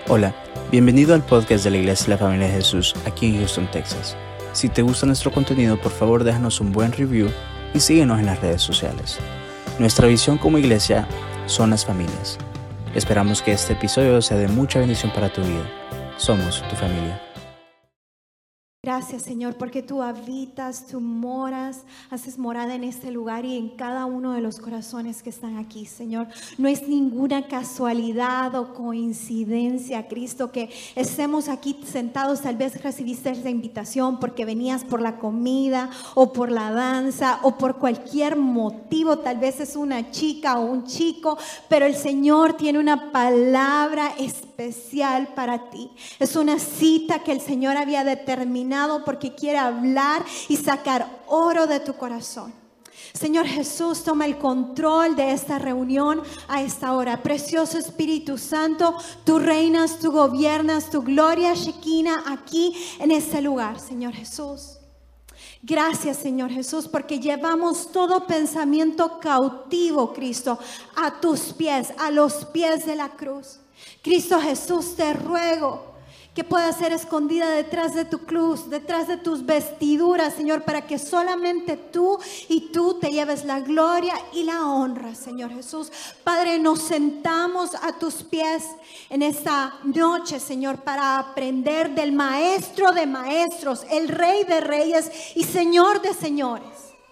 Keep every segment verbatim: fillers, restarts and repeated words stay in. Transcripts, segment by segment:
Hola, bienvenido al podcast de la Iglesia de la Familia de Jesús aquí en Houston, Texas. Si te gusta nuestro contenido, por favor déjanos un buen review y síguenos en las redes sociales. Nuestra visión como iglesia son las familias. Esperamos que este episodio sea de mucha bendición para tu vida. Somos tu familia. Gracias, Señor, porque tú habitas, tú moras, haces morada en este lugar y en cada uno de los corazones que están aquí, Señor. No es ninguna casualidad o coincidencia, Cristo, que estemos aquí sentados. Tal vez recibiste esa invitación porque venías por la comida o por la danza o por cualquier motivo. Tal vez es una chica o un chico, pero el Señor tiene una palabra especial para ti. Es una cita que el Señor había determinado porque quiere hablar y sacar oro de tu corazón. Señor Jesús, toma el control de esta reunión a esta hora. Precioso Espíritu Santo, tú reinas, tú gobiernas, tu gloria Shekinah aquí en este lugar, Señor Jesús. Gracias, Señor Jesús, porque llevamos todo pensamiento cautivo, Cristo, a tus pies, a los pies de la cruz. Cristo Jesús, te ruego que pueda ser escondida detrás de tu cruz, detrás de tus vestiduras, Señor, para que solamente tú y tú te lleves la gloria y la honra, Señor Jesús. Padre, nos sentamos a tus pies en esta noche, Señor, para aprender del Maestro de Maestros, el Rey de Reyes y Señor de Señores.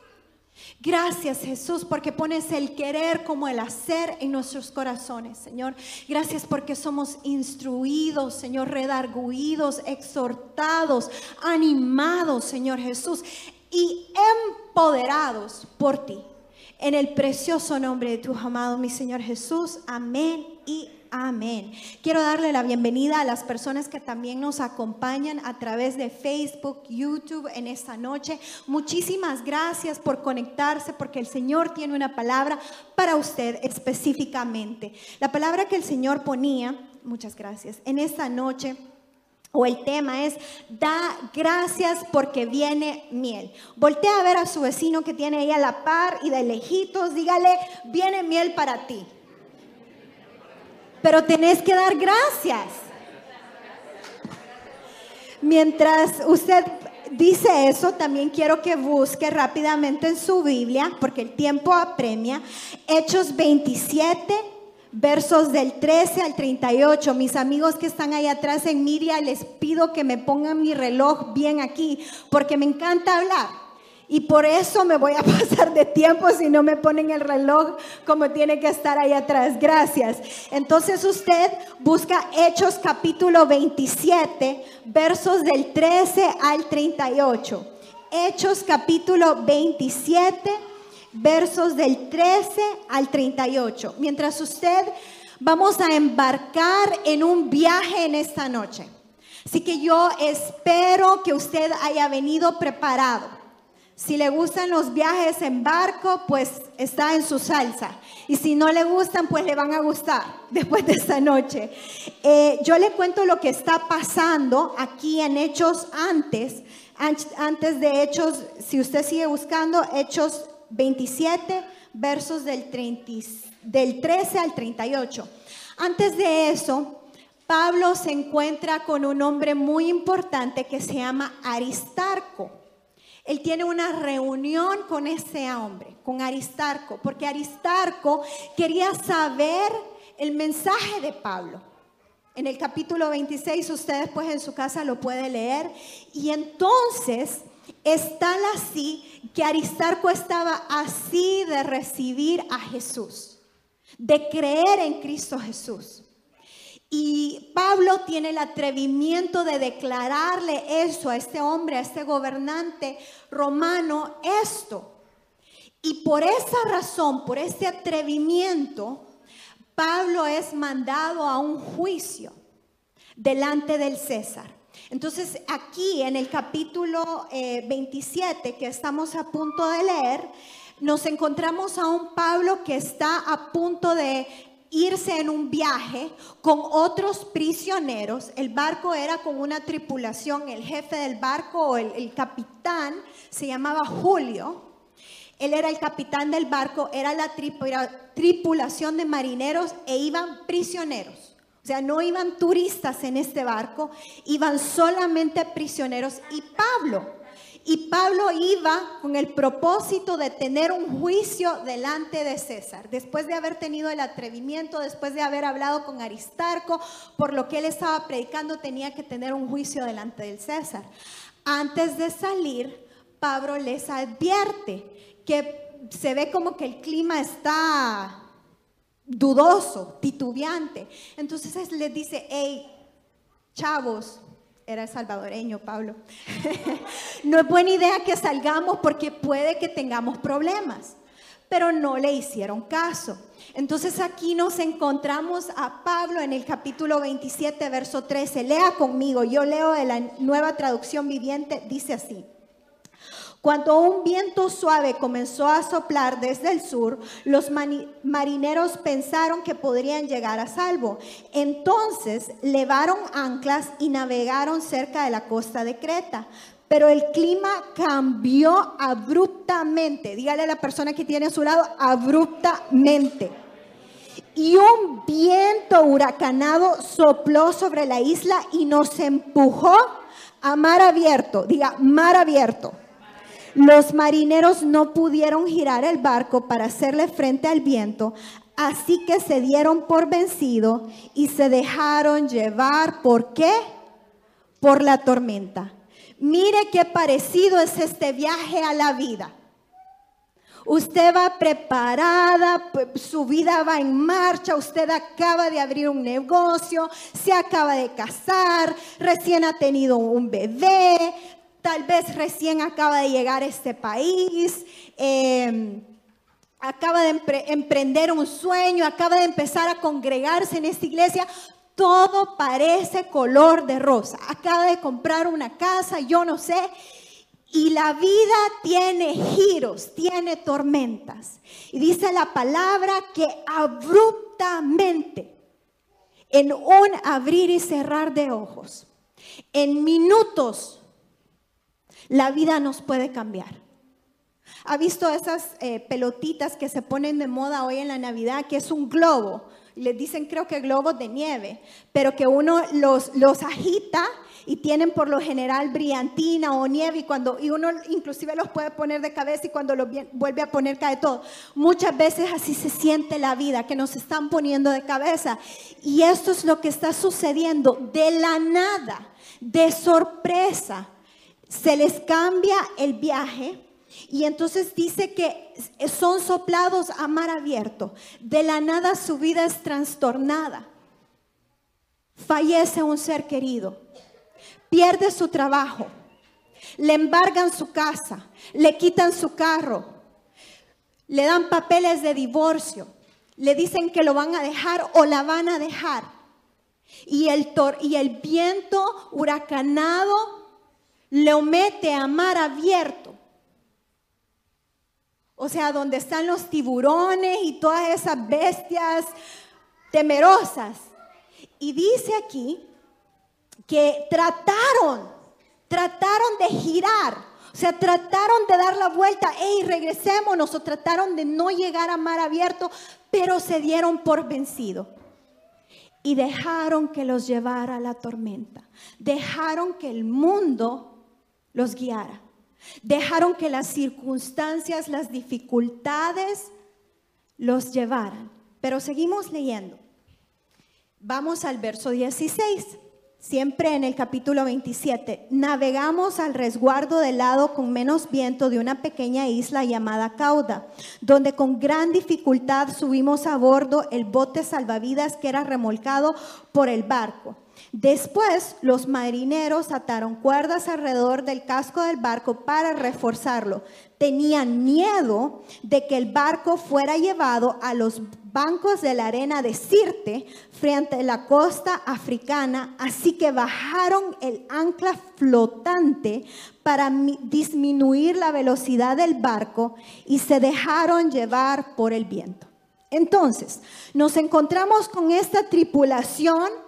Gracias, Jesús, porque pones el querer como el hacer en nuestros corazones, Señor. Gracias porque somos instruidos, Señor, redarguidos, exhortados, animados, Señor Jesús, y empoderados por ti. En el precioso nombre de tu amado, mi Señor Jesús. Amén y amén. Quiero darle la bienvenida a las personas que también nos acompañan a través de Facebook, YouTube en esta noche. Muchísimas gracias por conectarse, porque el Señor tiene una palabra para usted específicamente. La palabra que el Señor ponía, muchas gracias, en esta noche, o el tema es: da gracias porque viene miel. Voltea a ver a su vecino que tiene ahí a la par y de lejitos, dígale: viene miel para ti. Pero tenés que dar gracias. Mientras usted dice eso, también quiero que busque rápidamente en su Biblia, porque el tiempo apremia, Hechos veintisiete, versos del trece al treinta y ocho. Mis amigos que están ahí atrás en media, les pido que me pongan mi reloj bien aquí, porque me encanta hablar. Y por eso me voy a pasar de tiempo si no me ponen el reloj como tiene que estar ahí atrás. Gracias. Entonces usted busca Hechos capítulo veintisiete, versos del trece al treinta y ocho. Hechos capítulo veintisiete, versos del trece al treinta y ocho. Mientras usted, vamos a embarcar en un viaje en esta noche. Así que yo espero que usted haya venido preparado. Si le gustan los viajes en barco, pues está en su salsa. Y si no le gustan, pues le van a gustar después de esta noche. Eh, yo le cuento lo que está pasando aquí en Hechos antes. Antes de Hechos, si usted sigue buscando, Hechos veintisiete, versos del, treinta, del trece al treinta y ocho. Antes de eso, Pablo se encuentra con un hombre muy importante que se llama Aristarco. Él tiene una reunión con ese hombre, con Aristarco, porque Aristarco quería saber el mensaje de Pablo. En el capítulo veintiséis, ustedes pues en su casa lo pueden leer. Y entonces es tal así que Aristarco estaba así de recibir a Jesús, de creer en Cristo Jesús. Y Pablo tiene el atrevimiento de declararle eso a este hombre, a este gobernante romano, esto. Y por esa razón, por ese atrevimiento, Pablo es mandado a un juicio delante del César. Entonces aquí en el capítulo eh, veintisiete que estamos a punto de leer, nos encontramos a un Pablo que está a punto de irse en un viaje con otros prisioneros. El barco era con una tripulación. El jefe del barco, o el, el capitán, se llamaba Julio. Él era el capitán del barco, era la tripulación de marineros e iban prisioneros. O O sea, no iban turistas en este barco, iban solamente prisioneros y Pablo. Y Pablo iba con el propósito de tener un juicio delante de César. Después de haber tenido el atrevimiento, después de haber hablado con Aristarco, por lo que él estaba predicando, tenía que tener un juicio delante del César. Antes de salir, Pablo les advierte que se ve como que el clima está dudoso, titubeante. Entonces les dice, hey, chavos, era salvadoreño Pablo, no es buena idea que salgamos porque puede que tengamos problemas. Pero no le hicieron caso. Entonces aquí nos encontramos a Pablo en el capítulo veintisiete, verso trece. Lea conmigo, yo leo de la Nueva Traducción Viviente, dice así. Cuando un viento suave comenzó a soplar desde el sur, los marineros pensaron que podrían llegar a salvo. Entonces levaron anclas y navegaron cerca de la costa de Creta. Pero el clima cambió abruptamente. Dígale a la persona que tiene a su lado, abruptamente. Y un viento huracanado sopló sobre la isla y nos empujó a mar abierto. Diga, mar abierto. Los marineros no pudieron girar el barco para hacerle frente al viento, así que se dieron por vencidos y se dejaron llevar. ¿Por qué? Por la tormenta. Mire qué parecido es este viaje a la vida. Usted va preparada, su vida va en marcha, usted acaba de abrir un negocio, se acaba de casar, recién ha tenido un bebé, tal vez recién acaba de llegar a este país, eh, acaba de empre- emprender un sueño, acaba de empezar a congregarse en esta iglesia. Todo parece color de rosa. Acaba de comprar una casa, yo no sé. Y la vida tiene giros, tiene tormentas. Y dice la palabra que abruptamente, en un abrir y cerrar de ojos, en minutos, la vida nos puede cambiar. ¿Ha visto esas eh, pelotitas que se ponen de moda hoy en la Navidad, que es un globo? Les dicen, creo que globos de nieve, pero que uno los, los agita y tienen por lo general brillantina o nieve y, cuando, y uno inclusive los puede poner de cabeza y cuando los vuelve a poner cae todo. Muchas veces así se siente la vida, que nos están poniendo de cabeza. Y esto es lo que está sucediendo de la nada, de sorpresa. Se les cambia el viaje. Y entonces dice que son soplados a mar abierto. De la nada su vida es trastornada. Fallece un ser querido. Pierde su trabajo. Le embargan su casa. Le quitan su carro. Le dan papeles de divorcio. Le dicen que lo van a dejar o la van a dejar. Y el, tor- y el viento huracanado lo mete a mar abierto. O sea, donde están los tiburones y todas esas bestias temerosas. Y dice aquí que trataron, trataron de girar. O sea, trataron de dar la vuelta. ¡Ey, regresémonos! O trataron de no llegar a mar abierto, pero se dieron por vencido. Y dejaron que los llevara la tormenta. Dejaron que el mundo los guiara. Dejaron que las circunstancias, las dificultades los llevaran. Pero seguimos leyendo. Vamos al verso dieciséis. Siempre en el capítulo veintisiete. Navegamos al resguardo del lado con menos viento de una pequeña isla llamada Cauda, donde con gran dificultad subimos a bordo el bote salvavidas que era remolcado por el barco. Después los marineros ataron cuerdas alrededor del casco del barco para reforzarlo. Tenían miedo de que el barco fuera llevado a los bancos de la arena de Sirte frente a la costa africana, así que bajaron el ancla flotante para disminuir la velocidad del barco y se dejaron llevar por el viento. Entonces, nos encontramos con esta tripulación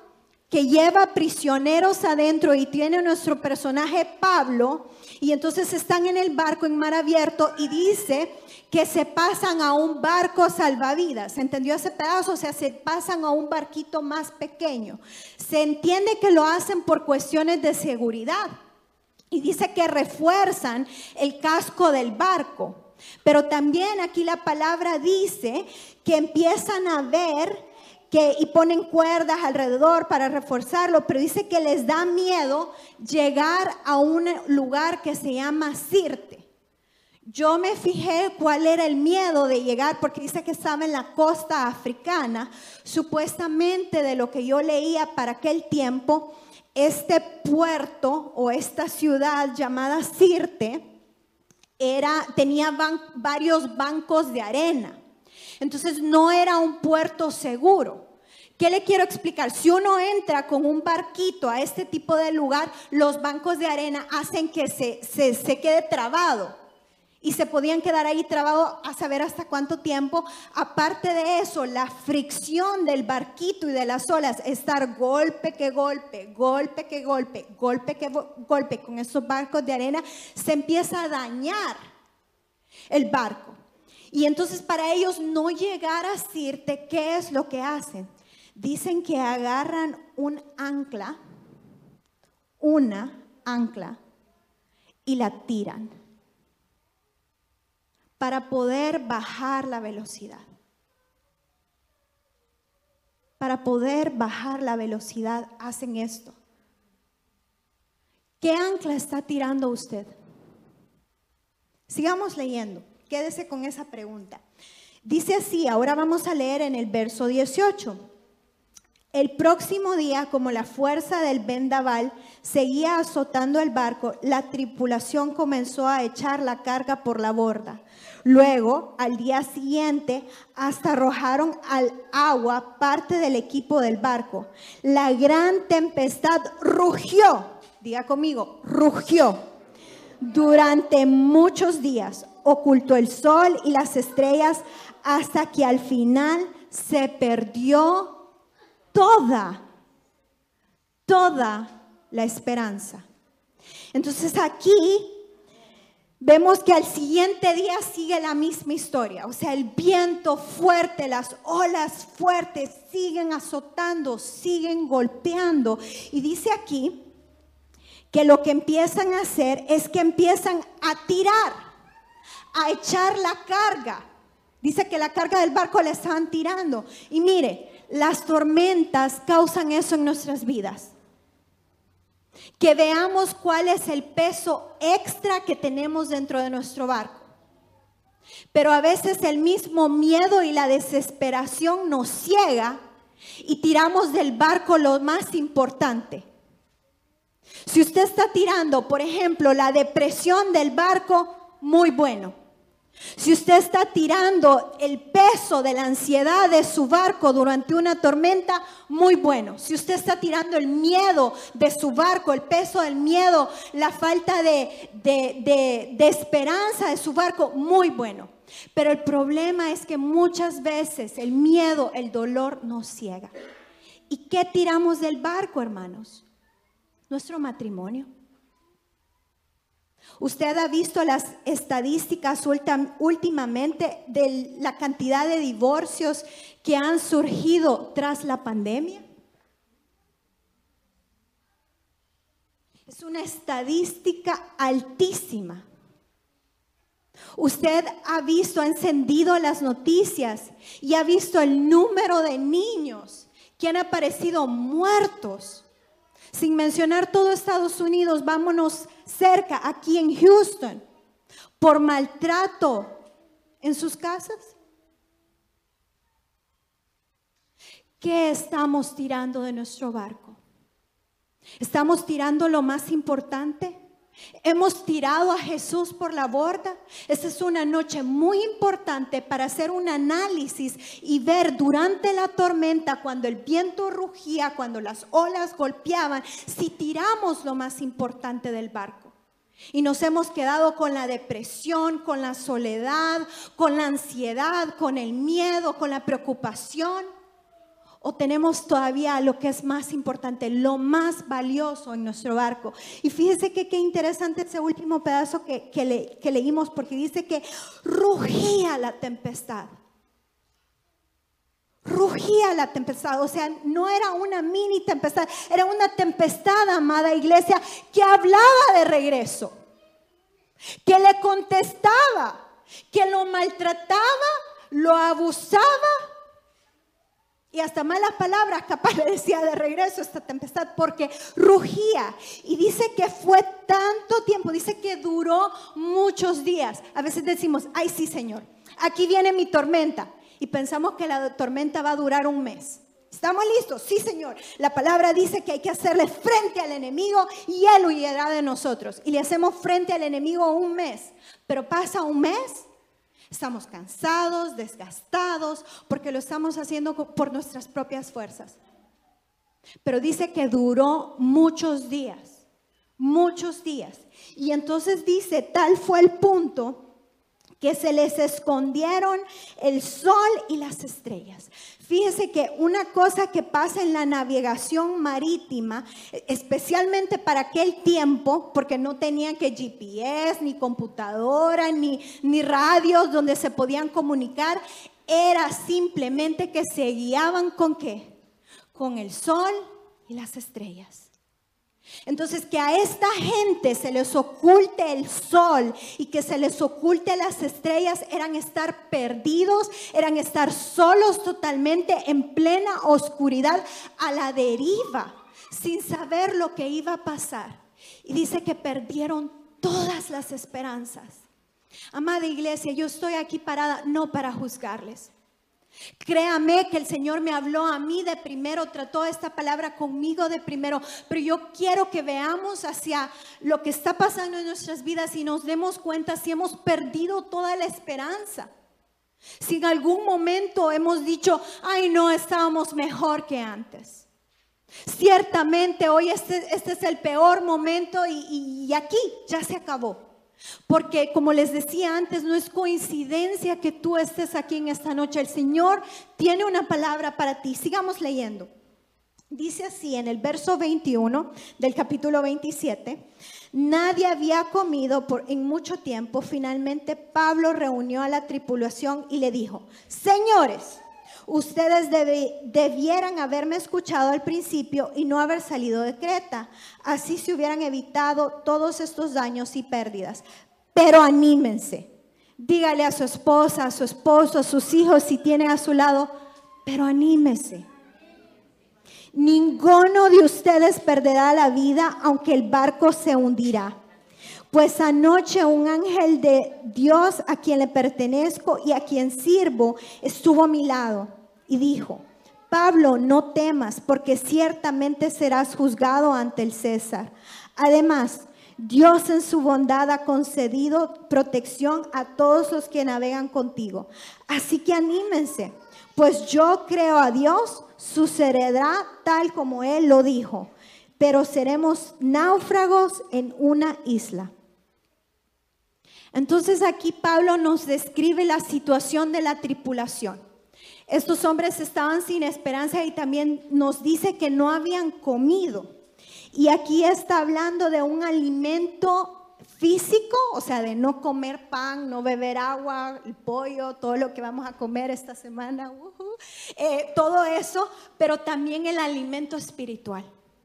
que lleva prisioneros adentro y tiene nuestro personaje Pablo, y entonces están en el barco en mar abierto y dice que se pasan a un barco salvavidas. ¿Se entendió ese pedazo? O sea, se pasan a un barquito más pequeño. Se entiende que lo hacen por cuestiones de seguridad. Y dice que refuerzan el casco del barco. Pero también aquí la palabra dice que empiezan a ver que, y ponen cuerdas alrededor para reforzarlo, pero dice que les da miedo llegar a un lugar que se llama Sirte. Yo me fijé cuál era el miedo de llegar, porque dice que estaba en la costa africana. Supuestamente, de lo que yo leía para aquel tiempo, este puerto o esta ciudad llamada Sirte era, tenía ban- varios bancos de arena. Entonces no era un puerto seguro. ¿Qué le quiero explicar? Si uno entra con un barquito a este tipo de lugar, los bancos de arena hacen que se, se, se quede trabado. Y se podían quedar ahí trabados a saber hasta cuánto tiempo. Aparte de eso, la fricción del barquito y de las olas, estar golpe que golpe, golpe que golpe, golpe que golpe con esos barcos de arena, se empieza a dañar el barco. Y entonces para ellos no llegar a Sirte, ¿qué es lo que hacen? Dicen que agarran un ancla, una ancla, y la tiran para poder bajar la velocidad. Para poder bajar la velocidad hacen esto. ¿Qué ancla está tirando usted? Sigamos leyendo. Quédese con esa pregunta. Dice así, ahora vamos a leer en el verso dieciocho. El próximo día, como la fuerza del vendaval seguía azotando el barco, la tripulación comenzó a echar la carga por la borda. Luego, al día siguiente, hasta arrojaron al agua parte del equipo del barco. La gran tempestad rugió, diga conmigo, rugió, durante muchos días. Ocultó el sol y las estrellas hasta que al final se perdió toda, toda la esperanza. Entonces aquí vemos que al siguiente día sigue la misma historia. O sea, el viento fuerte, las olas fuertes siguen azotando, siguen golpeando. Y dice aquí que lo que empiezan a hacer es que empiezan a tirar, a echar la carga. Dice que la carga del barco la estaban tirando. Y mire, las tormentas causan eso en nuestras vidas. Que veamos cuál es el peso extra que tenemos dentro de nuestro barco. Pero a veces el mismo miedo y la desesperación nos ciega y tiramos del barco lo más importante. Si usted está tirando, por ejemplo, la depresión del barco, muy bueno. Si usted está tirando el peso de la ansiedad de su barco durante una tormenta, muy bueno. Si usted está tirando el miedo de su barco, el peso del miedo, la falta de, de, de, de esperanza de su barco, muy bueno. Pero el problema es que muchas veces el miedo, el dolor nos ciega. ¿Y qué tiramos del barco, hermanos? Nuestro matrimonio. Usted ha visto las estadísticas últimamente de la cantidad de divorcios que han surgido tras la pandemia. Es una estadística altísima. Usted ha visto, ha encendido las noticias y ha visto el número de niños que han aparecido muertos. Sin mencionar todo Estados Unidos, vámonos cerca, aquí en Houston, por maltrato en sus casas. ¿Qué estamos tirando de nuestro barco? ¿Estamos tirando lo más importante? ¿Hemos tirado a Jesús por la borda? Esta es una noche muy importante para hacer un análisis y ver durante la tormenta, cuando el viento rugía, cuando las olas golpeaban, si tiramos lo más importante del barco. Y nos hemos quedado con la depresión, con la soledad, con la ansiedad, con el miedo, con la preocupación. ¿O tenemos todavía lo que es más importante, lo más valioso en nuestro barco? Y fíjese que qué interesante ese último pedazo que, que, le, que leímos, porque dice que rugía la tempestad. Rugía la tempestad, o sea, no era una mini tempestad, era una tempestad, amada iglesia, que hablaba de regreso, que le contestaba, que lo maltrataba, lo abusaba. Y hasta malas palabras capaz le decía de regreso esta tempestad, porque rugía. Y dice que fue tanto tiempo, dice que duró muchos días. A veces decimos, ay sí Señor, aquí viene mi tormenta. Y pensamos que la tormenta va a durar un mes. ¿Estamos listos? Sí Señor. La palabra dice que hay que hacerle frente al enemigo y él huirá de nosotros. Y le hacemos frente al enemigo un mes. Pero pasa un mes. Estamos cansados, desgastados, porque lo estamos haciendo por nuestras propias fuerzas. Pero dice que duró muchos días, muchos días. Y entonces dice, tal fue el punto que se les escondieron el sol y las estrellas. Fíjese que una cosa que pasa en la navegación marítima, especialmente para aquel tiempo, porque no tenían que G P S, ni computadora, ni, ni radios donde se podían comunicar, era simplemente que se guiaban ¿con qué? Con el sol y las estrellas. Entonces, que a esta gente se les oculte el sol y que se les oculte las estrellas eran estar perdidos, eran estar solos totalmente en plena oscuridad, a la deriva, sin saber lo que iba a pasar. Y dice que perdieron todas las esperanzas. Amada iglesia, yo estoy aquí parada no para juzgarles. Créame que el Señor me habló a mí de primero, trató esta palabra conmigo de primero, pero yo quiero que veamos hacia lo que está pasando en nuestras vidas y nos demos cuenta si hemos perdido toda la esperanza. Si en algún momento hemos dicho, ay no, estábamos mejor que antes. Ciertamente hoy este, este es el peor momento y, y, y aquí ya se acabó. Porque como les decía antes, no es coincidencia que tú estés aquí en esta noche. El Señor tiene una palabra para ti. Sigamos leyendo. Dice así en el verso veintiuno del capítulo veintisiete. Nadie había comido por, en mucho tiempo. Finalmente Pablo reunió a la tripulación y le dijo, señores, ustedes debe, debieran haberme escuchado al principio y no haber salido de Creta. Así se hubieran evitado todos estos daños y pérdidas. Pero anímense. Dígale a su esposa, a su esposo, a sus hijos si tienen a su lado. Pero anímese. Ninguno de ustedes perderá la vida aunque el barco se hundirá. Pues anoche un ángel de Dios a quien le pertenezco y a quien sirvo estuvo a mi lado. Y dijo, Pablo, no temas, porque ciertamente serás juzgado ante el César. Además, Dios en su bondad ha concedido protección a todos los que navegan contigo. Así que anímense, pues yo creo a Dios, sucederá tal como Él lo dijo, pero seremos náufragos en una isla. Entonces aquí Pablo nos describe la situación de la tripulación. Estos hombres estaban sin esperanza y también nos dice que no habían comido. Y aquí está hablando de un alimento físico, o sea, de no comer pan, no beber agua, el pollo, todo lo que vamos a comer esta semana, uh-huh, eh, todo eso, pero también el alimento espiritual.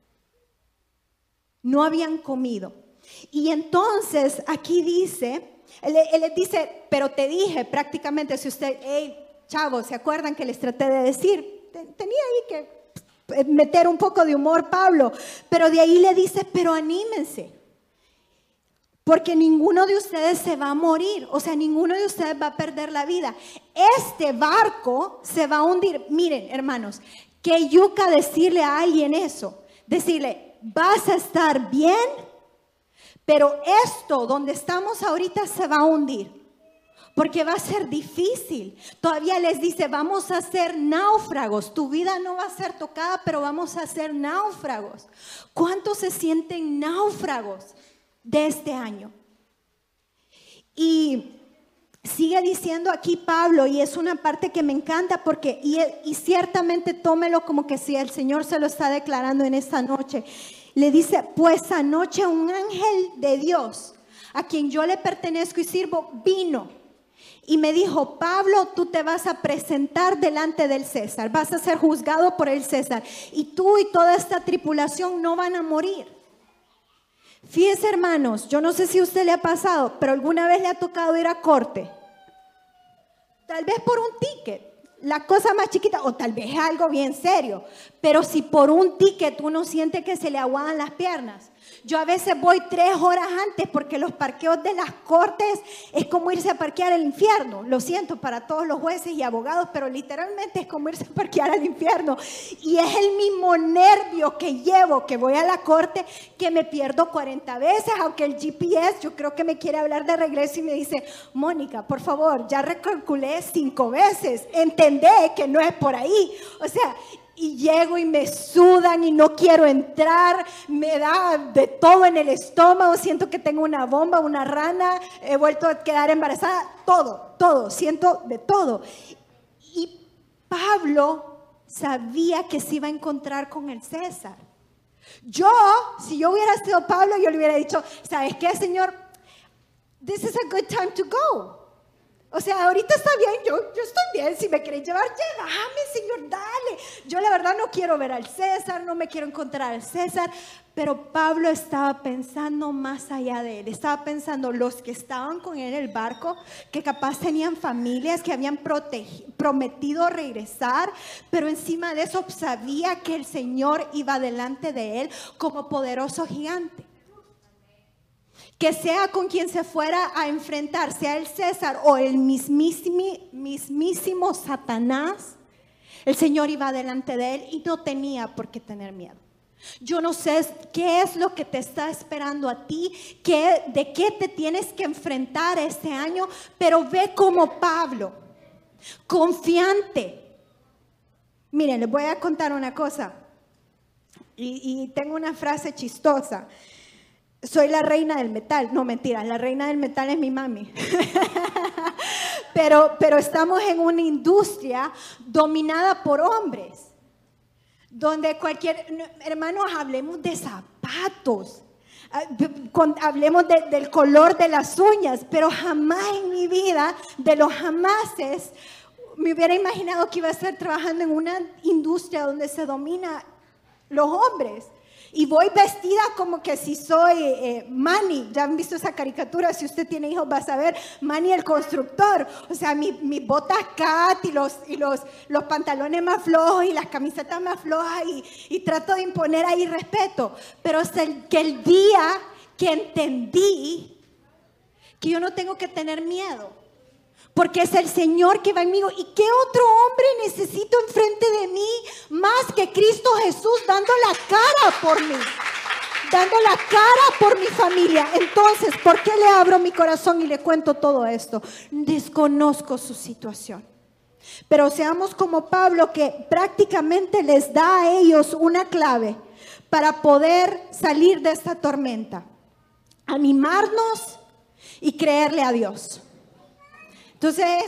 No habían comido. Y entonces aquí dice, él, él les dice, pero te dije prácticamente, si usted, hey, chavos, ¿se acuerdan que les traté de decir? Tenía ahí que meter un poco de humor Pablo, pero de ahí le dice, pero anímense, porque ninguno de ustedes se va a morir, o sea, ninguno de ustedes va a perder la vida. Este barco se va a hundir. Miren, hermanos, qué yuca decirle a alguien eso, decirle, vas a estar bien, pero esto donde estamos ahorita se va a hundir. Porque va a ser difícil. Todavía les dice, vamos a ser náufragos. Tu vida no va a ser tocada, pero vamos a ser náufragos. ¿Cuántos se sienten náufragos de este año? Y Sigue diciendo aquí Pablo, y es una parte que me encanta porque, y, y ciertamente tómelo como que si el Señor se lo está declarando en esta noche. Le dice, pues anoche un ángel de Dios, a quien yo le pertenezco y sirvo, vino y me dijo, Pablo, tú te vas a presentar delante del César, vas a ser juzgado por el César, y tú y toda esta tripulación no van a morir. Fíjense, hermanos, yo no sé si a usted le ha pasado, pero alguna vez le ha tocado ir a corte, tal vez por un ticket, la cosa más chiquita, o tal vez algo bien serio, pero si por un ticket uno siente que se le aguadan las piernas. Yo a veces voy tres horas antes porque los parqueos de las cortes es como irse a parquear al infierno. Lo siento para todos los jueces y abogados, pero literalmente es como irse a parquear al infierno. Y es el mismo nervio que llevo, que voy a la corte, que me pierdo cuarenta veces, aunque el G P S yo creo que me quiere hablar de regreso y me dice, Mónica, por favor, ya recalculé cinco veces, entendé que no es por ahí. O sea, y llego y me sudan y no quiero entrar, me da de todo en el estómago, siento que tengo una bomba, una rana, he vuelto a quedar embarazada, todo, todo, siento de todo. Y Pablo sabía que se iba a encontrar con el César. Yo, si yo hubiera sido Pablo, yo le hubiera dicho, ¿sabes qué, Señor? This is a good time to go. O sea, ahorita está bien, yo, yo estoy bien, si me querés llevar, llévame, Señor, dale. Yo la verdad no quiero ver al César, no me quiero encontrar al César, pero Pablo estaba pensando más allá de él, estaba pensando los que estaban con él en el barco, que capaz tenían familias, que habían prometido regresar, pero encima de eso sabía que el Señor iba delante de él como poderoso gigante. Que sea con quien se fuera a enfrentar, sea el César o el mismísimo, mismísimo Satanás, el Señor iba delante de él y no tenía por qué tener miedo. Yo no sé qué es lo que te está esperando a ti, qué, de qué te tienes que enfrentar este año, pero ve como Pablo, confiante. Miren, les voy a contar una cosa y, y tengo una frase chistosa. Soy la reina del metal. No, mentira, la reina del metal es mi mami. pero, pero estamos en una industria dominada por hombres, donde cualquier, hermanos, hablemos de zapatos, hablemos de, del color de las uñas, pero jamás en mi vida, de los jamases, me hubiera imaginado que iba a estar trabajando en una industria donde se domina los hombres. Y voy vestida como que si soy eh, Manny. Ya han visto esa caricatura, si usted tiene hijos va a saber, Manny el constructor. O sea, mis mi botas cat y, los, y los, los pantalones más flojos y las camisetas más flojas y, y trato de imponer ahí respeto. Pero es el, que el día que entendí que yo no tengo que tener miedo, porque es el Señor que va conmigo. ¿Y qué otro hombre necesito enfrente de mí más que Cristo Jesús dando la cara por mí? Dando la cara por mi familia. Entonces, ¿por qué le abro mi corazón y le cuento todo esto? Desconozco su situación. Pero seamos como Pablo, que prácticamente les da a ellos una clave para poder salir de esta tormenta. Animarnos y creerle a Dios. Entonces,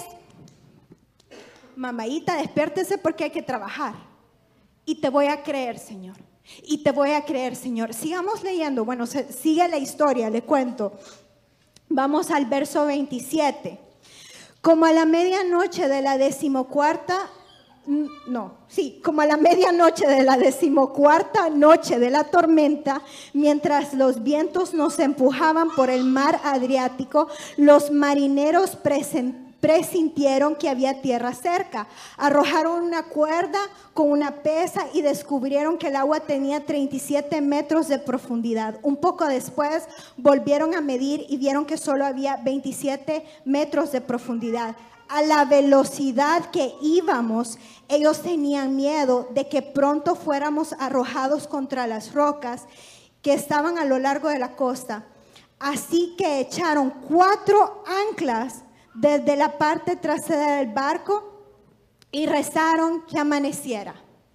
mamadita, despiértese porque hay que trabajar. Y te voy a creer, Señor. Y te voy a creer, Señor. Sigamos leyendo. Bueno, se, sigue la historia, le cuento. Vamos al verso veintisiete. Como a la medianoche de la decimocuarta, no, sí, como a la medianoche de la decimocuarta noche de la tormenta, mientras los vientos nos empujaban por el mar Adriático, los marineros presentaron presintieron que había tierra cerca. Arrojaron una cuerda con una pesa y descubrieron que el agua tenía treinta y siete metros de profundidad. Un poco después volvieron a medir y vieron que solo había veintisiete metros de profundidad. A la velocidad que íbamos, ellos tenían miedo de que pronto fuéramos arrojados contra las rocas que estaban a lo largo de la costa. Así que echaron cuatro anclas desde la parte trasera del barco y rezaron que amaneciera.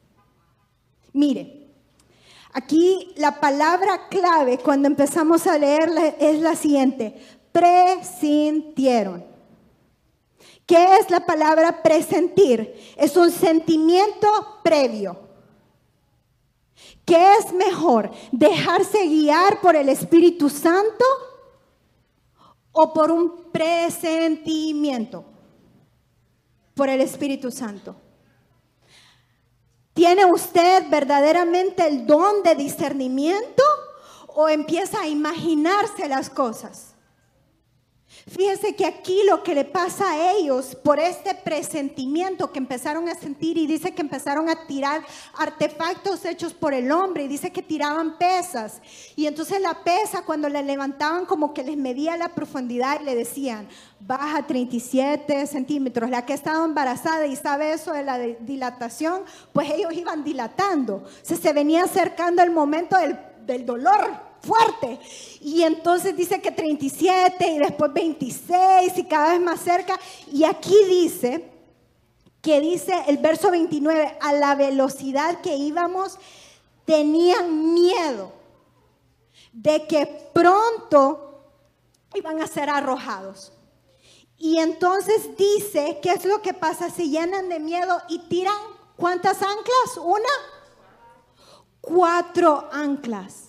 Mire, aquí la palabra clave cuando empezamos a leerla es la siguiente: presintieron. ¿Qué es la palabra presentir? Es un sentimiento previo. ¿Qué es mejor? ¿Dejarse guiar por el Espíritu Santo o por un presentimiento? Por el Espíritu Santo. ¿Tiene usted verdaderamente el don de discernimiento o empieza a imaginarse las cosas? Fíjese que aquí lo que le pasa a ellos por este presentimiento que empezaron a sentir, y dice que empezaron a tirar artefactos hechos por el hombre, y dice que tiraban pesas, y entonces la pesa cuando la levantaban como que les medía la profundidad y le decían, baja treinta y siete centímetros. La que estaba embarazada y sabe eso de la dilatación, pues ellos iban dilatando, se, se venía acercando el momento del, del dolor fuerte, y entonces dice que treinta y siete y después veintiséis y cada vez más cerca. Y aquí dice que dice el verso veintinueve, a la velocidad que íbamos tenían miedo de que pronto iban a ser arrojados. Y entonces dice, ¿qué es lo que pasa? Se llenan de miedo y tiran, ¿cuántas anclas? ¿Una? Cuatro anclas.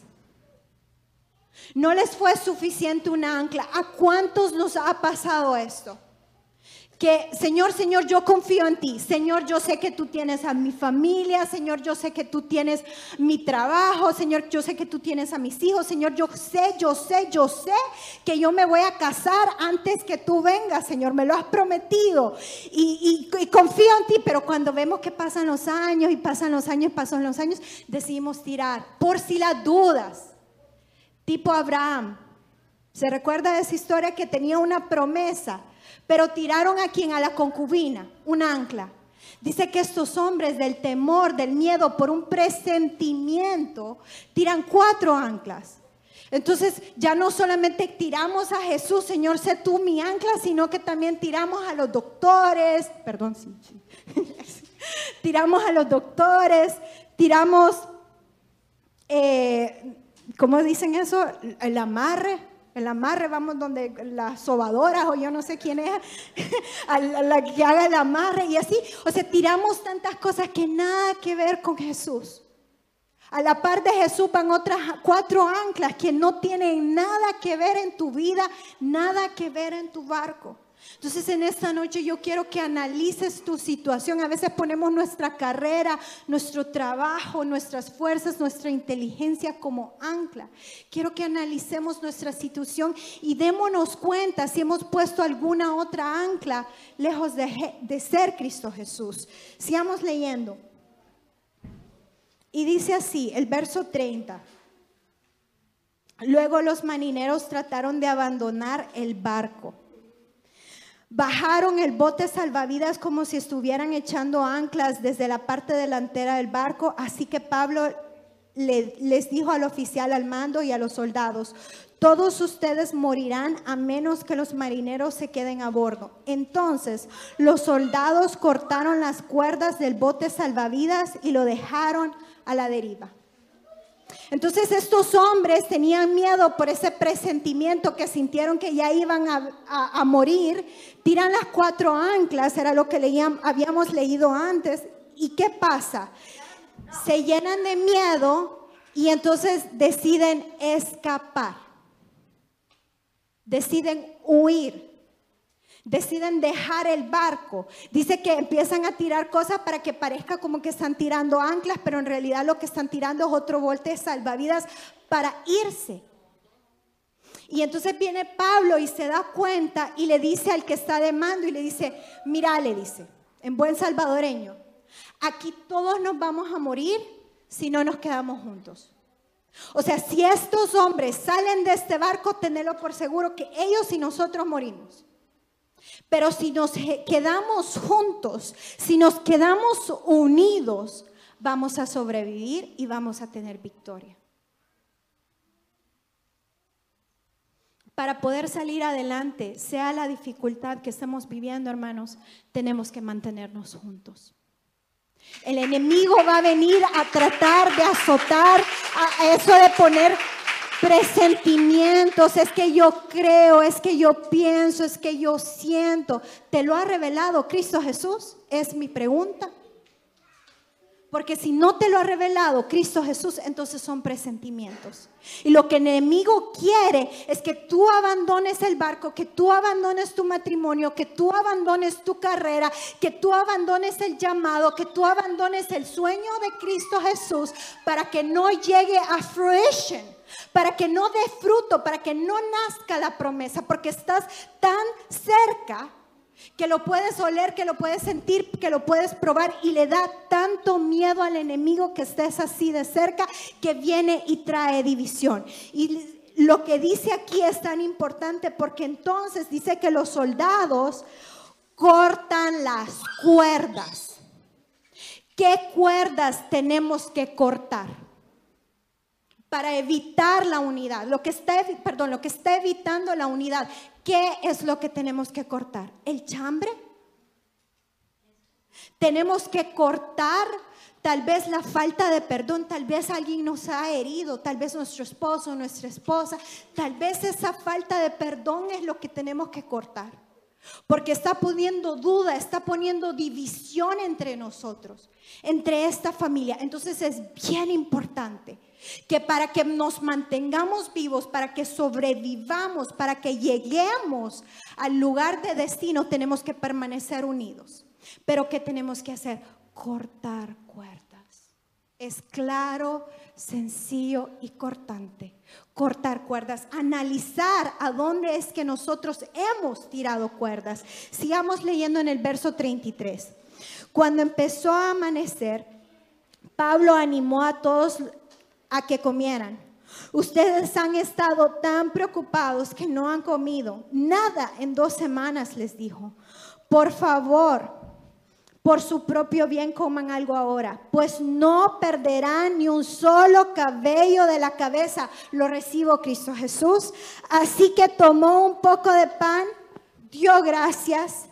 No les fue suficiente una ancla. ¿A cuántos nos ha pasado esto? Que, Señor, Señor, yo confío en ti. Señor, yo sé que tú tienes a mi familia. Señor, yo sé que tú tienes mi trabajo. Señor, yo sé que tú tienes a mis hijos. Señor, yo sé, yo sé, yo sé que yo me voy a casar antes que tú vengas. Señor, me lo has prometido. Y, y, y confío en ti. Pero cuando vemos que pasan los años y pasan los años y pasan los años, decidimos tirar por si las dudas. Tipo Abraham. ¿Se recuerda de esa historia que tenía una promesa? Pero tiraron a quien, a la concubina, un ancla. Dice que estos hombres del temor, del miedo, por un presentimiento, tiran cuatro anclas. Entonces ya no solamente tiramos a Jesús, Señor, sé tú mi ancla, sino que también tiramos a los doctores, perdón, sí, sí. tiramos a los doctores, tiramos, eh, ¿cómo dicen eso? El amarre. El amarre, vamos donde las sobadoras o yo no sé quién es, a la, a la que haga el amarre y así. O sea, tiramos tantas cosas que nada que ver con Jesús. A la par de Jesús van otras cuatro anclas que no tienen nada que ver en tu vida, nada que ver en tu barco. Entonces en esta noche yo quiero que analices tu situación. A veces ponemos nuestra carrera, nuestro trabajo, nuestras fuerzas, nuestra inteligencia como ancla. Quiero que analicemos nuestra situación y démonos cuenta si hemos puesto alguna otra ancla lejos de, de ser Cristo Jesús. Sigamos leyendo. Y dice así, el verso treinta. Luego los marineros trataron de abandonar el barco. Bajaron el bote salvavidas como si estuvieran echando anclas desde la parte delantera del barco. Así que Pablo le, les dijo al oficial al mando y a los soldados: todos ustedes morirán a menos que los marineros se queden a bordo. Entonces los soldados cortaron las cuerdas del bote salvavidas y lo dejaron a la deriva. Entonces estos hombres tenían miedo por ese presentimiento que sintieron que ya iban a, a, a morir. Tiran las cuatro anclas, era lo que leían, habíamos leído antes. ¿Y qué pasa? Se llenan de miedo y entonces deciden escapar. Deciden huir. Deciden dejar el barco. Dice que empiezan a tirar cosas para que parezca como que están tirando anclas, pero en realidad lo que están tirando es otro bote salvavidas para irse. Y entonces viene Pablo y se da cuenta y le dice al que está de mando y le dice: mira, le dice en buen salvadoreño, aquí todos nos vamos a morir si no nos quedamos juntos. O sea, si estos hombres salen de este barco, tenedlo por seguro que ellos y nosotros morimos. Pero si nos quedamos juntos, si nos quedamos unidos, vamos a sobrevivir y vamos a tener victoria. Para poder salir adelante, sea la dificultad que estemos viviendo, hermanos, tenemos que mantenernos juntos. El enemigo va a venir a tratar de azotar, a eso de poner presentimientos, es que yo creo, es que yo pienso, es que yo siento. ¿Te lo ha revelado Cristo Jesús? Es mi pregunta. Porque si no te lo ha revelado Cristo Jesús, entonces son presentimientos. Y lo que el enemigo quiere es que tú abandones el barco, que tú abandones tu matrimonio, que tú abandones tu carrera, que tú abandones el llamado, que tú abandones el sueño de Cristo Jesús para que no llegue a fruition, para que no dé fruto, para que no nazca la promesa, porque estás tan cerca que lo puedes oler, que lo puedes sentir, que lo puedes probar, y le da tanto miedo al enemigo que estés así de cerca, que viene y trae división. Y lo que dice aquí es tan importante, porque entonces dice que los soldados cortan las cuerdas. ¿Qué cuerdas tenemos que cortar para evitar la unidad? Lo que está, perdón, lo que está evitando la unidad. ¿Qué es lo que tenemos que cortar? ¿El chambre? Tenemos que cortar tal vez la falta de perdón. Tal vez alguien nos ha herido, tal vez nuestro esposo, nuestra esposa. Tal vez esa falta de perdón es lo que tenemos que cortar, porque está poniendo duda, está poniendo división entre nosotros, entre esta familia. Entonces es bien importante que para que nos mantengamos vivos, para que sobrevivamos, para que lleguemos al lugar de destino, tenemos que permanecer unidos. Pero ¿qué tenemos que hacer? Cortar cuerdas. Es claro, sencillo y cortante. Cortar cuerdas, analizar a dónde es que nosotros hemos tirado cuerdas. Sigamos leyendo en el verso treinta y tres. Cuando empezó a amanecer, Pablo animó a todos a que comieran. Ustedes han estado tan preocupados que no han comido nada en dos semanas, les dijo. Por favor, por su propio bien coman algo ahora, pues no perderán ni un solo cabello de la cabeza. Lo recibo, Cristo Jesús. Así que tomó un poco de pan, dio gracias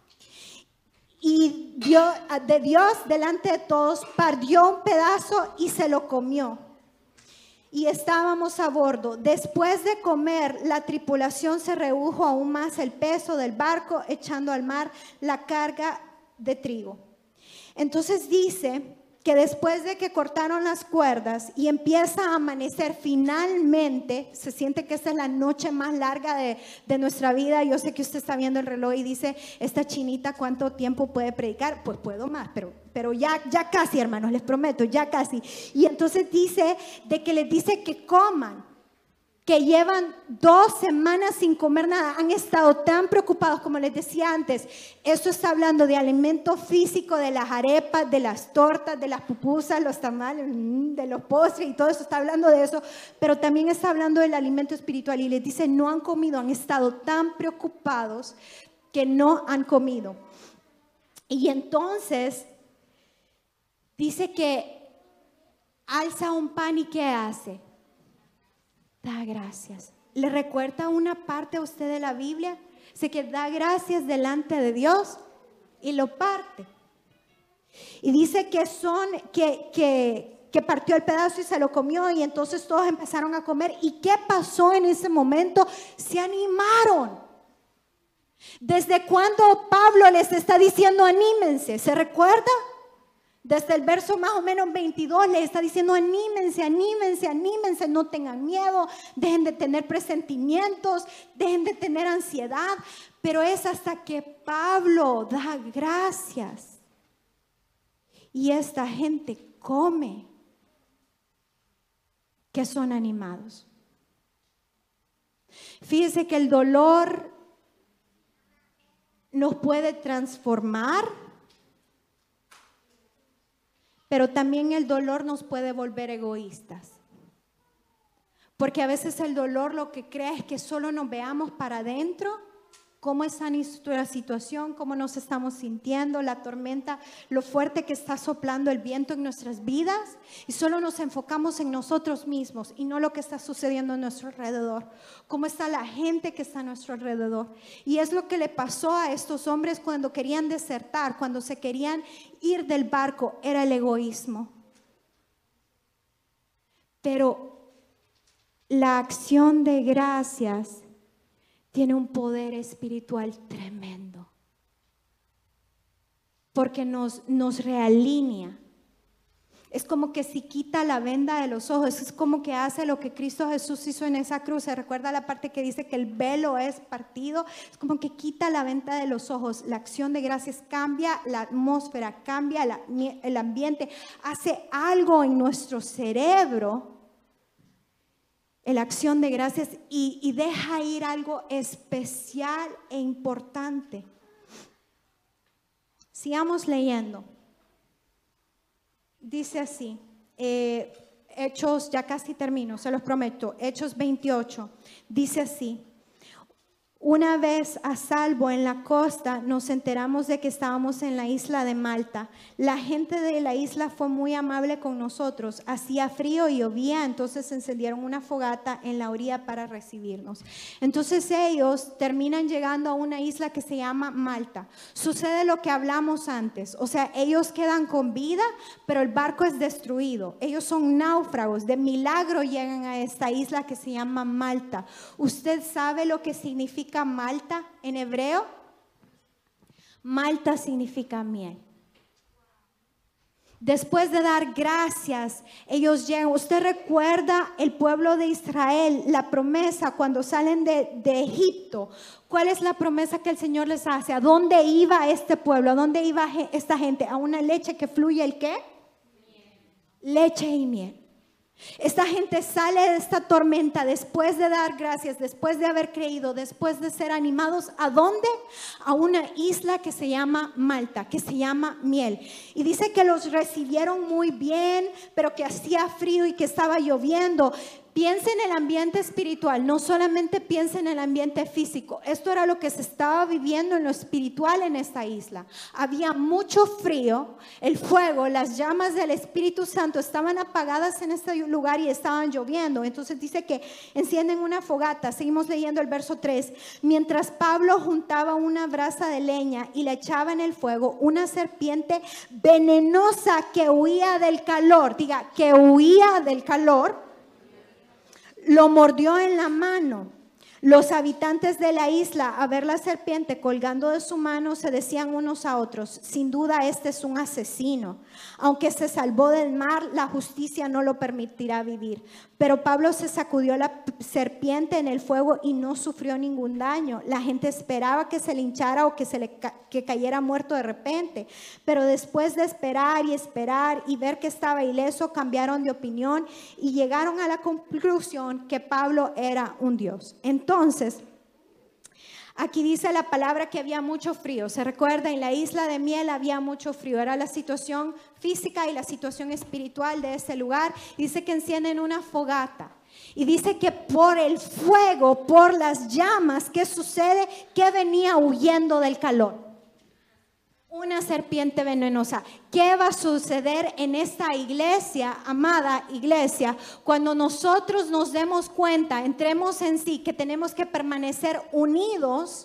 y dio de Dios delante de todos, partió un pedazo y se lo comió. Y estábamos a bordo. Después de comer, la tripulación se redujo aún más el peso del barco, echando al mar la carga de trigo. Entonces dice que después de que cortaron las cuerdas y empieza a amanecer finalmente, se siente que esta es la noche más larga de, de nuestra vida. Yo sé que usted está viendo el reloj y dice, esta chinita, ¿cuánto tiempo puede predicar? Pues puedo más, pero, pero ya, ya casi, hermanos, les prometo, ya casi. Y entonces dice de que les dice que coman, que llevan dos semanas sin comer nada, han estado tan preocupados, como les decía antes. Esto está hablando de alimento físico, de las arepas, de las tortas, de las pupusas, los tamales, de los postres y todo eso, está hablando de eso, pero también está hablando del alimento espiritual. Y les dice, no han comido, han estado tan preocupados que no han comido. Y entonces dice que alza un pan y ¿qué hace? Da gracias. ¿Le recuerda una parte a usted de la Biblia? Sé que da gracias delante de Dios y lo parte. Y dice que son, que, que, que partió el pedazo y se lo comió, y entonces todos empezaron a comer. ¿Y qué pasó en ese momento? Se animaron. ¿Desde cuándo Pablo les está diciendo anímense? ¿Se recuerda? Desde el verso más o menos veintidós le está diciendo anímense, anímense, anímense, no tengan miedo, dejen de tener presentimientos, dejen de tener ansiedad. Pero es hasta que Pablo da gracias y esta gente come que son animados. Fíjese que el dolor nos puede transformar, pero también el dolor nos puede volver egoístas. Porque a veces el dolor lo que crea es que solo nos veamos para adentro, cómo está nuestra situación, cómo nos estamos sintiendo, la tormenta, lo fuerte que está soplando el viento en nuestras vidas, y solo nos enfocamos en nosotros mismos y no lo que está sucediendo a nuestro alrededor, cómo está la gente que está a nuestro alrededor. Y es lo que le pasó a estos hombres cuando querían desertar, cuando se querían ir del barco, era el egoísmo. Pero la acción de gracias tiene un poder espiritual tremendo, porque nos, nos realinea. Es como que si quita la venda de los ojos, es como que hace lo que Cristo Jesús hizo en esa cruz. ¿Se recuerda la parte que dice que el velo es partido? Es como que quita la venda de los ojos. La acción de gracias cambia la atmósfera, cambia la, el ambiente, hace algo en nuestro cerebro, la acción de gracias, y, y deja ir algo especial e importante. Sigamos leyendo. Dice así, eh, Hechos, ya casi termino, se los prometo, Hechos veintiocho, dice así: una vez a salvo en la costa, nos enteramos de que estábamos en la isla de Malta. La gente de la isla fue muy amable con nosotros. Hacía frío y llovía, entonces encendieron una fogata en la orilla para recibirnos. Entonces ellos terminan llegando a una isla que se llama Malta. Sucede lo que hablamos antes, o sea, ellos quedan con vida, pero el barco es destruido. Ellos son náufragos, de milagro llegan a esta isla que se llama Malta. ¿Usted sabe lo que significa Malta en hebreo? Malta significa miel. Después de dar gracias, ellos llegan. Usted recuerda el pueblo de Israel, la promesa cuando salen de, de Egipto. ¿Cuál es la promesa que el Señor les hace? ¿A dónde iba este pueblo? ¿A dónde iba esta gente? A una leche que fluye, ¿el qué? Miel. Leche y miel. Esta gente sale de esta tormenta después de dar gracias, después de haber creído, después de ser animados. ¿A dónde? A una isla que se llama Malta, que se llama miel. Y dice que los recibieron muy bien, pero que hacía frío y que estaba lloviendo. Piensa en el ambiente espiritual, no solamente piensa en el ambiente físico. Esto era lo que se estaba viviendo en lo espiritual en esta isla. Había mucho frío, el fuego, las llamas del Espíritu Santo estaban apagadas en este lugar y estaban lloviendo. Entonces dice que encienden una fogata. Seguimos leyendo el verso tres. Mientras Pablo juntaba una brasa de leña y la echaba en el fuego, una serpiente venenosa que huía del calor, diga, que huía del calor, lo mordió en la mano. Los habitantes de la isla, a ver la serpiente colgando de su mano, se decían unos a otros: sin duda este es un asesino. Aunque se salvó del mar, la justicia no lo permitirá vivir. Pero Pablo se sacudió la serpiente en el fuego y no sufrió ningún daño. La gente esperaba que se le hinchara o que, se le ca- que cayera muerto de repente. Pero después de esperar y esperar y ver que estaba ileso, cambiaron de opinión y llegaron a la conclusión que Pablo era un dios. Entonces, aquí dice la palabra que había mucho frío. Se recuerda, en la isla de miel había mucho frío. Era la situación física y la situación espiritual de ese lugar. Dice que encienden una fogata. Y dice que por el fuego, por las llamas, ¿qué sucede? Que venía huyendo del calor. Una serpiente venenosa. ¿Qué va a suceder en esta iglesia, amada iglesia, cuando nosotros nos demos cuenta, entremos en sí, que tenemos que permanecer unidos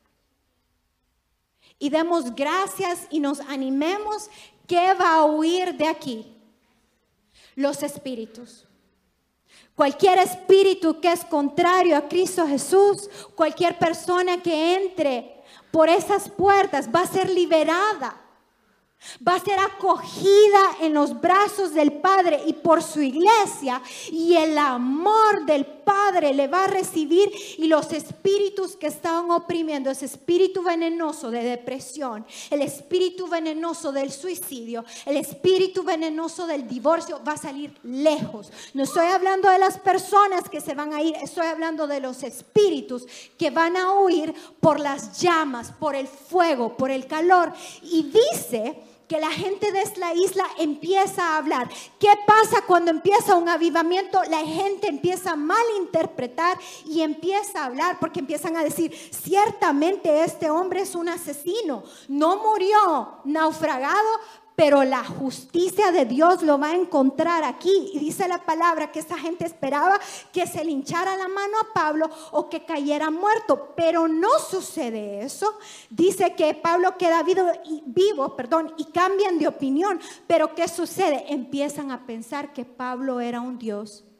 y demos gracias y nos animemos? ¿Qué va a huir de aquí? Los espíritus. Cualquier espíritu que es contrario a Cristo Jesús, cualquier persona que entre por esas puertas va a ser liberada, va a ser acogida en los brazos del Padre y por su iglesia, y el amor del Padre le va a recibir, y los espíritus que estaban oprimiendo, ese espíritu venenoso de depresión, el espíritu venenoso del suicidio, el espíritu venenoso del divorcio, va a salir lejos. No estoy hablando de las personas que se van a ir, estoy hablando de los espíritus que van a huir por las llamas, por el fuego, por el calor. Y dice que la gente de la isla empieza a hablar. ¿Qué pasa cuando empieza un avivamiento? La gente empieza a malinterpretar y empieza a hablar, porque empiezan a decir: ciertamente este hombre es un asesino, no murió naufragado, pero la justicia de Dios lo va a encontrar aquí. Y dice la palabra que esa gente esperaba que se le hinchara la mano a Pablo o que cayera muerto, pero no sucede eso. Dice que Pablo queda vivo y, vivo, perdón, y cambian de opinión. Pero ¿qué sucede? Empiezan a pensar que Pablo era un dios.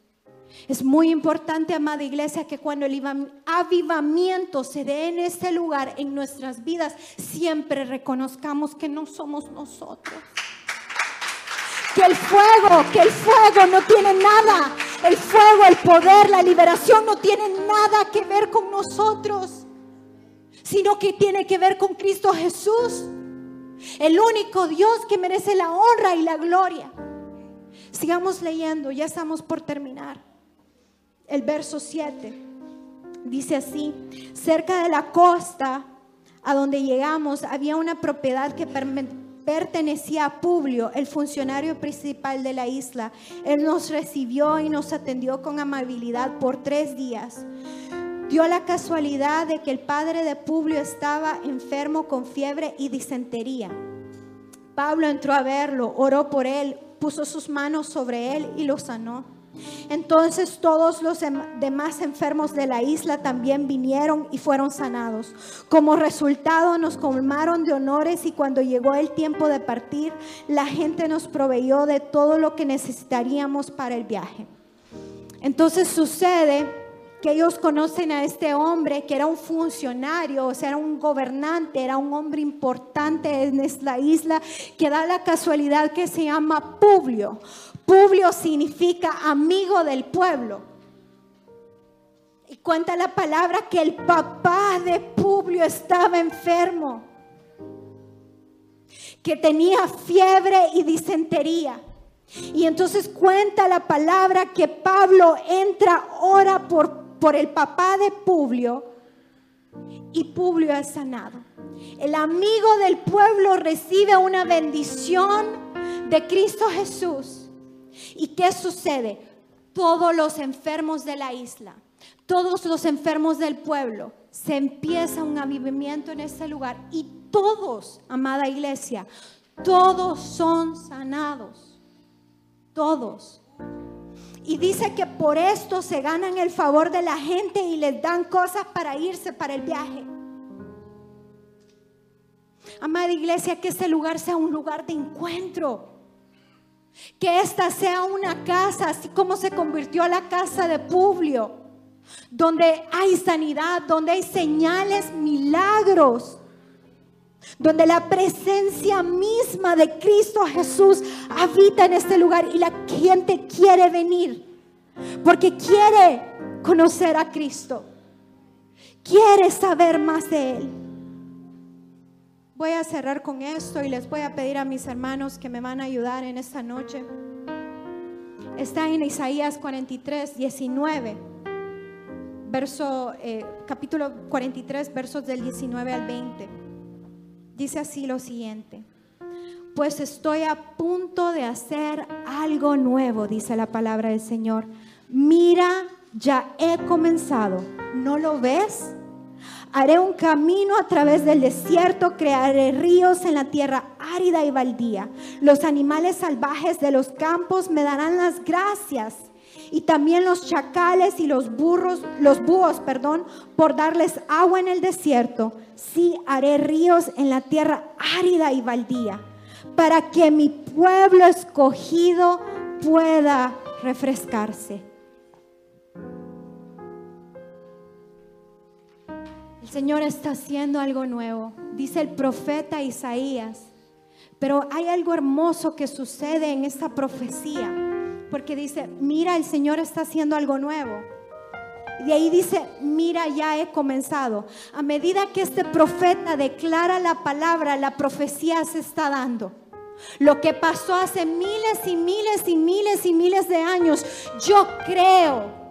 Es muy importante, amada iglesia, que cuando el avivamiento se dé en este lugar, en nuestras vidas, siempre reconozcamos que no somos nosotros. Que el fuego, que el fuego no tiene nada. El fuego, el poder, la liberación no tiene nada que ver con nosotros, sino que tiene que ver con Cristo Jesús, el único Dios que merece la honra y la gloria. Sigamos leyendo, ya estamos por terminar. El verso siete dice así: cerca de la costa a donde llegamos había una propiedad que pertenecía a Publio, el funcionario principal de la isla. Él nos recibió y nos atendió con amabilidad por tres días. Dio la casualidad de que el padre de Publio estaba enfermo con fiebre y disentería. Pablo entró a verlo, oró por él, puso sus manos sobre él y lo sanó. Entonces todos los demás enfermos de la isla también vinieron y fueron sanados. Como resultado nos colmaron de honores, y cuando llegó el tiempo de partir, la gente nos proveyó de todo lo que necesitaríamos para el viaje. Entonces sucede que ellos conocen a este hombre que era un funcionario, o sea, era un gobernante, era un hombre importante en esta isla, que da la casualidad que se llama Publio. Publio significa amigo del pueblo. Y cuenta la palabra que el papá de Publio estaba enfermo, que tenía fiebre y disentería. Y entonces cuenta la palabra que Pablo entra, ora por, por el papá de Publio, y Publio es sanado. El amigo del pueblo recibe una bendición de Cristo Jesús. ¿Y qué sucede? Todos los enfermos de la isla, todos los enfermos del pueblo, se empieza un avivamiento en ese lugar, y todos, amada iglesia, todos son sanados, todos. Y dice que por esto se ganan el favor de la gente y les dan cosas para irse para el viaje. Amada iglesia, que ese lugar sea un lugar de encuentro. Que esta sea una casa, así como se convirtió a la casa de Publio, donde hay sanidad, donde hay señales, milagros, donde la presencia misma de Cristo Jesús habita en este lugar, y la gente quiere venir porque quiere conocer a Cristo, quiere saber más de Él. Voy a cerrar con esto y les voy a pedir a mis hermanos que me van a ayudar en esta noche. Está en Isaías cuarenta y tres, diecinueve, verso, eh, capítulo cuarenta y tres, versos del diecinueve al veinte. Dice así lo siguiente: pues estoy a punto de hacer algo nuevo, dice la palabra del Señor. Mira, ya he comenzado, ¿no lo ves? Haré un camino a través del desierto, crearé ríos en la tierra árida y baldía. Los animales salvajes de los campos me darán las gracias, y también los chacales y los burros, los búhos, perdón, por darles agua en el desierto. Sí, haré ríos en la tierra árida y baldía, para que mi pueblo escogido pueda refrescarse. El Señor está haciendo algo nuevo, dice el profeta Isaías. Pero hay algo hermoso que sucede en esta profecía, porque dice: mira, el Señor está haciendo algo nuevo. Y de ahí dice: mira, ya he comenzado. A medida que este profeta declara la palabra, la profecía se está dando. Lo que pasó hace miles y miles y miles y miles de años, yo creo,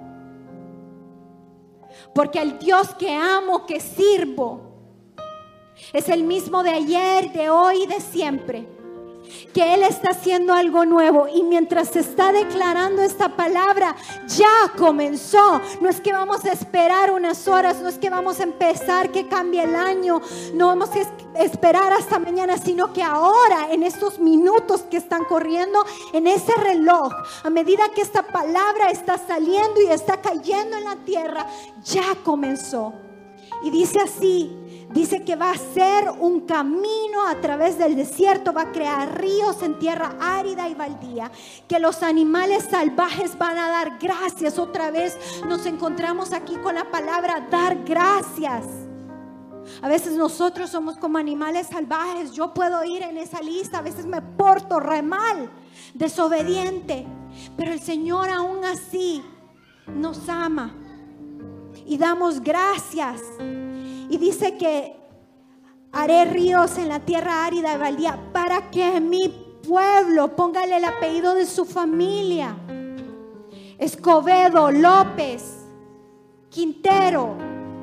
porque el Dios que amo, que sirvo, es el mismo de ayer, de hoy y de siempre. Que Él está haciendo algo nuevo, y mientras se está declarando esta palabra, ya comenzó. No es que vamos a esperar unas horas, no es que vamos a empezar que cambie el año, no vamos a esperar hasta mañana, sino que ahora, en estos minutos que están corriendo en ese reloj, a medida que esta palabra está saliendo y está cayendo en la tierra, ya comenzó. Y dice así: Dice que va a ser un camino a través del desierto, va a crear ríos en tierra árida y baldía, que los animales salvajes van a dar gracias. Otra vez nos encontramos aquí con la palabra dar gracias. A veces nosotros somos como animales salvajes. Yo puedo ir en esa lista, a veces me porto re mal, desobediente, pero el Señor aún así nos ama y damos gracias. Y dice que haré ríos en la tierra árida y baldía para que mi pueblo, póngale el apellido de su familia, Escobedo, López, Quintero,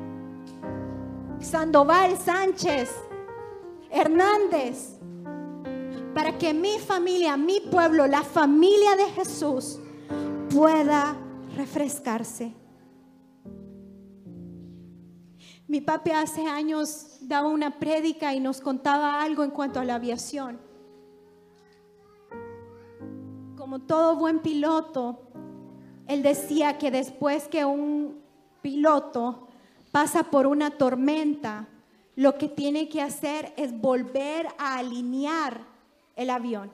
Sandoval, Sánchez, Hernández, para que mi familia, mi pueblo, la familia de Jesús pueda refrescarse. Mi papi hace años daba una prédica y nos contaba algo en cuanto a la aviación. Como todo buen piloto, él decía que después que un piloto pasa por una tormenta, lo que tiene que hacer es volver a alinear el avión.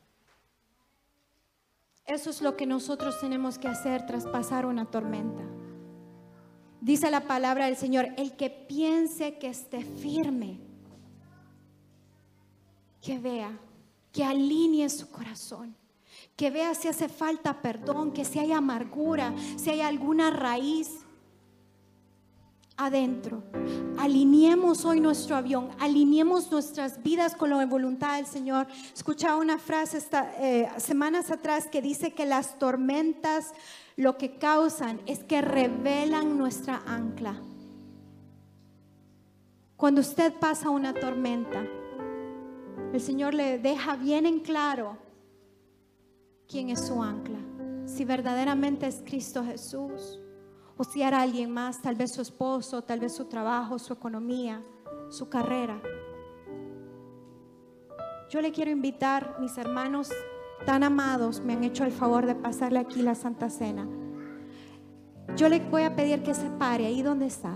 Eso es lo que nosotros tenemos que hacer tras pasar una tormenta. Dice la palabra del Señor, el que piense que esté firme, que vea, que alinee su corazón, que vea si hace falta perdón, que si hay amargura, si hay alguna raíz adentro. Alineemos hoy nuestro avión, alineemos nuestras vidas con la voluntad del Señor. Escuchaba una frase esta, eh, semanas atrás que dice que las tormentas lo que causan es que revelan nuestra ancla. Cuando usted pasa una tormenta, el Señor le deja bien en claro quién es su ancla. Si verdaderamente es Cristo Jesús, o si era alguien más, tal vez su esposo, tal vez su trabajo, su economía, su carrera. Yo le quiero invitar, mis hermanos tan amados, me han hecho el favor de pasarle aquí la Santa Cena. Yo le voy a pedir que se pare ahí donde está.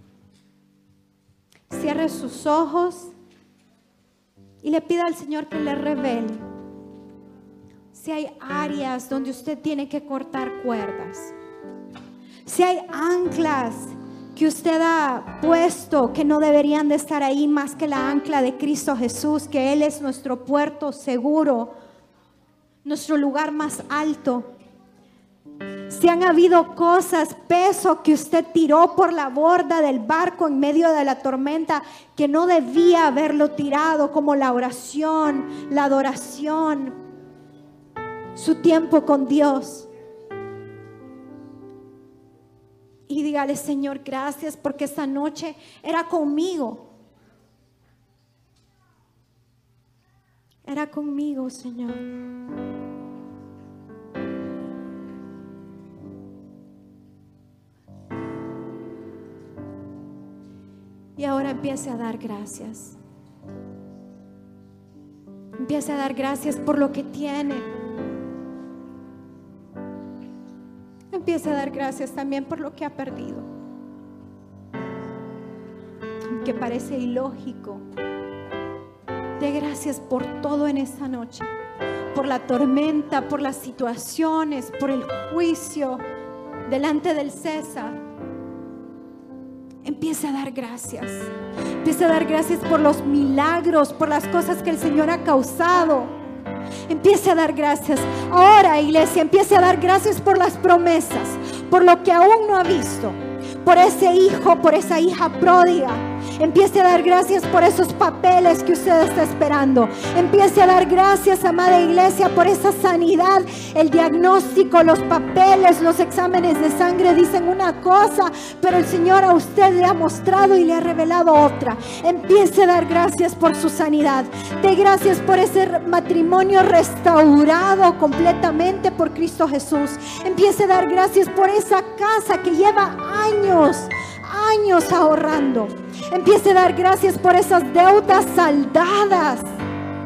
Cierre sus ojos y le pida al Señor que le revele si hay áreas donde usted tiene que cortar cuerdas, si hay anclas que usted ha puesto que no deberían de estar ahí más que la ancla de Cristo Jesús, que Él es nuestro puerto seguro, nuestro lugar más alto. Si han habido cosas, peso que usted tiró por la borda del barco en medio de la tormenta que no debía haberlo tirado, como la oración, la adoración, su tiempo con Dios. Y dígale, Señor, gracias porque esta noche era conmigo. Era conmigo, Señor. Y ahora empiece a dar gracias. Empiece a dar gracias por lo que tiene. Empiece a dar gracias también por lo que ha perdido, aunque parece ilógico. Dé gracias por todo en esta noche, por la tormenta, por las situaciones, por el juicio delante del César. Empiece a dar gracias. Empiece a dar gracias por los milagros, por las cosas que el Señor ha causado. Empiece a dar gracias. Ahora, iglesia, empiece a dar gracias por las promesas, por lo que aún no ha visto, por ese hijo, por esa hija pródiga. Empiece a dar gracias por esos papeles que usted está esperando. Empiece a dar gracias, amada iglesia, por esa sanidad. El diagnóstico, los papeles, los exámenes de sangre dicen una cosa, pero el Señor a usted le ha mostrado y le ha revelado otra. Empiece a dar gracias por su sanidad. De gracias por ese matrimonio restaurado completamente por Cristo Jesús. Empiece a dar gracias por esa casa que lleva años, años ahorrando. Empiece a dar gracias por esas deudas saldadas.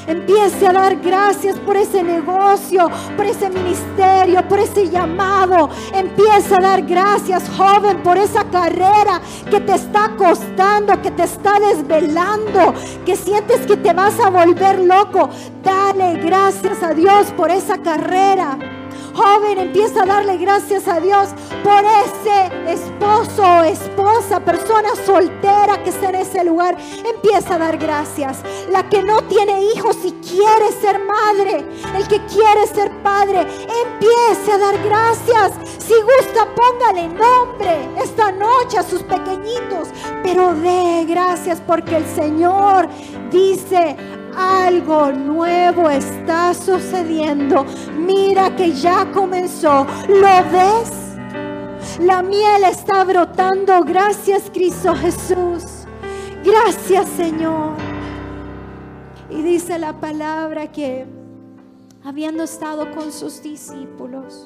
Empiece a dar gracias por ese negocio, por ese ministerio, por ese llamado. Empieza a dar gracias, joven, por esa carrera que te está costando, que te está desvelando, que sientes que te vas a volver loco. Dale gracias a Dios por esa carrera. Joven, empieza a darle gracias a Dios por ese esposo o esposa, persona soltera que está en ese lugar. Empieza a dar gracias. La que no tiene hijos y quiere ser madre, el que quiere ser padre, empiece a dar gracias. Si gusta, póngale nombre esta noche a sus pequeñitos, pero dé gracias porque el Señor dice: algo nuevo está sucediendo. Mira que ya comenzó. ¿Lo ves? La miel está brotando. Gracias, Cristo Jesús. Gracias, Señor. Y dice la palabra que habiendo estado con sus discípulos,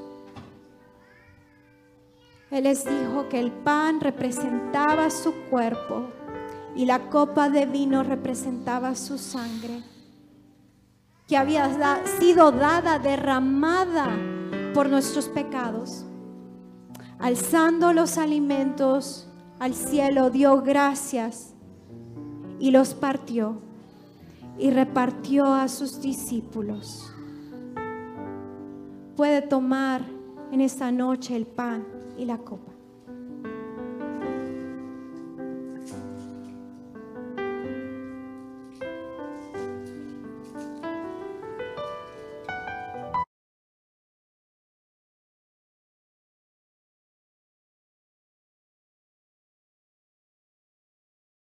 Él les dijo que el pan representaba su cuerpo y la copa de vino representaba su sangre, que había da- sido dada, derramada por nuestros pecados. Alzando los alimentos al cielo, dio gracias y los partió y repartió a sus discípulos. Puede tomar en esta noche el pan y la copa.